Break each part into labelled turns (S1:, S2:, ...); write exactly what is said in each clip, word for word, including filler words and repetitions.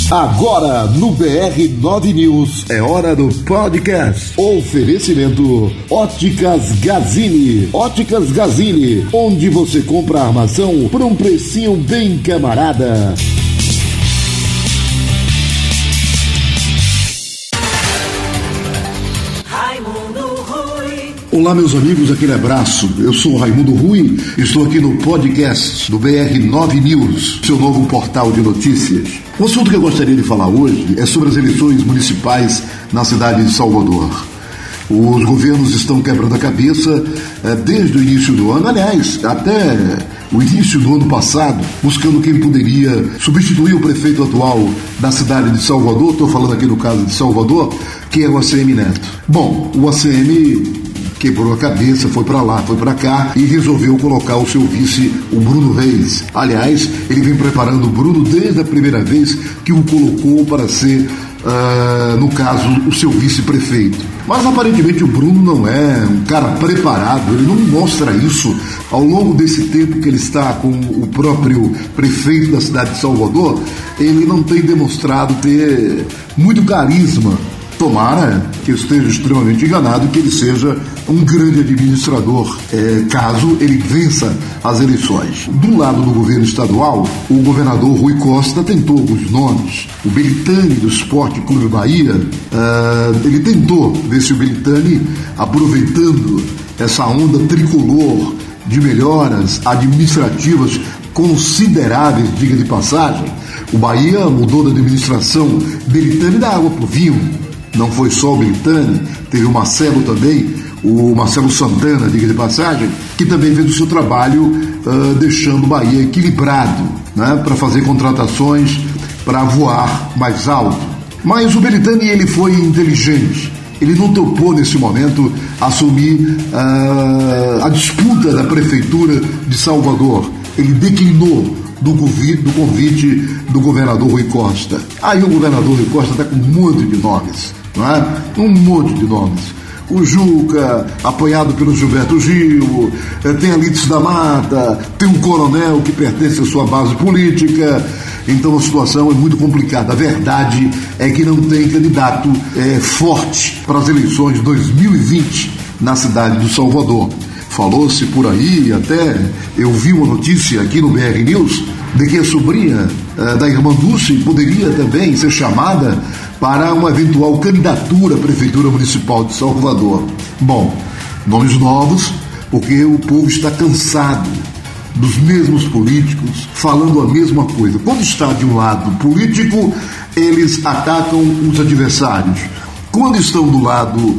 S1: Agora no B R nove News é hora do podcast. Oferecimento Óticas Gazini. Óticas Gazini, onde você compra a armação por um precinho bem camarada. Olá, meus amigos, aquele abraço. Eu sou Raimundo Rui, estou aqui no podcast do B R nove News, seu novo portal de notícias. O assunto que eu gostaria de falar hoje é sobre as eleições municipais na cidade de Salvador. Os governos estão quebrando a cabeça eh, desde o início do ano, aliás, até o início do ano passado, buscando quem poderia substituir o prefeito atual da cidade de Salvador. Estou falando aqui no caso de Salvador, que é o A C M Neto. Bom, o A C M quebrou a cabeça, foi para lá, foi para cá e resolveu colocar o seu vice, o Bruno Reis. Aliás, ele vem preparando o Bruno desde a primeira vez que o colocou para ser, uh, no caso, o seu vice-prefeito. Mas aparentemente o Bruno não é um cara preparado, ele não mostra isso ao longo desse tempo que ele está com o próprio prefeito da cidade de Salvador. Ele não tem demonstrado ter muito carisma. Tomara que eu esteja extremamente enganado e que ele seja um grande administrador, é, caso ele vença as eleições. Do lado do governo estadual, o governador Rui Costa tentou alguns nomes. O Belitani, do Esporte Clube Bahia, uh, ele tentou ver se o Belitani, aproveitando essa onda tricolor de melhoras administrativas consideráveis, diga de passagem, o Bahia mudou da administração Belitani da água para o vinho. Não foi só o Belitani, teve o Marcelo também, o Marcelo Santana, diga de passagem, que também fez o seu trabalho uh, deixando o Bahia equilibrado, né, para fazer contratações para voar mais alto. Mas o Belitani, ele foi inteligente, ele não topou nesse momento assumir uh, a disputa da prefeitura de Salvador. Ele declinou do convite, do convite do governador Rui Costa. Aí o governador Rui Costa está com um monte de nomes, não é? Um monte de nomes. O Juca, apoiado pelo Gilberto Gil, tem a Lídice da Mata, tem um coronel que pertence à sua base política. Então a situação é muito complicada. A verdade é que não tem candidato é, forte para as eleições de dois mil e vinte na cidade de Salvador. Falou-se por aí, até eu vi uma notícia aqui no B R News, de que a sobrinha uh, da irmã Dulce poderia também ser chamada para uma eventual candidatura à Prefeitura Municipal de Salvador. Bom, nomes novos, porque o povo está cansado dos mesmos políticos falando a mesma coisa. Quando está de um lado político, eles atacam os adversários. Quando estão do lado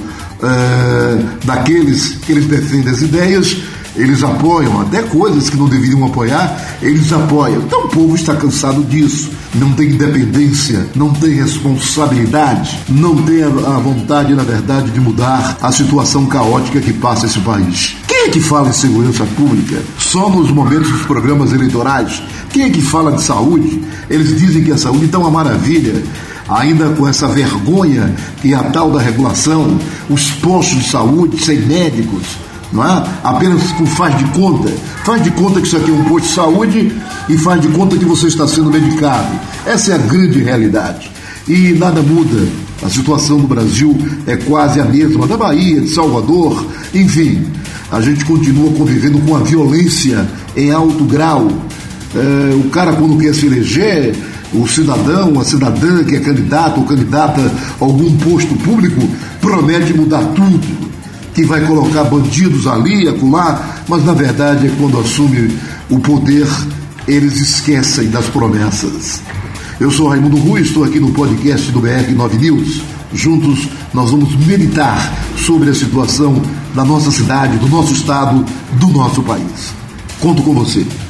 S1: Uh, daqueles que eles defendem as ideias, eles apoiam até coisas que não deveriam apoiar, eles apoiam. Então o povo está cansado disso, não tem independência, não tem responsabilidade, não tem a, a vontade, na verdade, de mudar a situação caótica que passa esse país. Quem é que fala em segurança pública? Só nos momentos dos programas eleitorais. Quem é que fala de saúde? Eles dizem que a saúde está uma maravilha. Ainda com essa vergonha que é a tal da regulação, os postos de saúde sem médicos, não é? Apenas com faz de conta. Faz de conta que isso aqui é um posto de saúde e faz de conta que você está sendo medicado. Essa é a grande realidade. E nada muda. A situação no Brasil é quase a mesma, da Bahia, de Salvador, enfim. A gente continua convivendo com a violência em alto grau. É, o cara, quando quer se eleger, o cidadão, a cidadã que é candidato ou candidata a algum posto público, promete mudar tudo, que vai colocar bandidos ali, acolá, mas na verdade é quando assume o poder, eles esquecem das promessas. Eu sou Raimundo Rui, estou aqui no podcast do B R nove News. Juntos nós vamos meditar sobre a situação da nossa cidade, do nosso estado, do nosso país. Conto com você.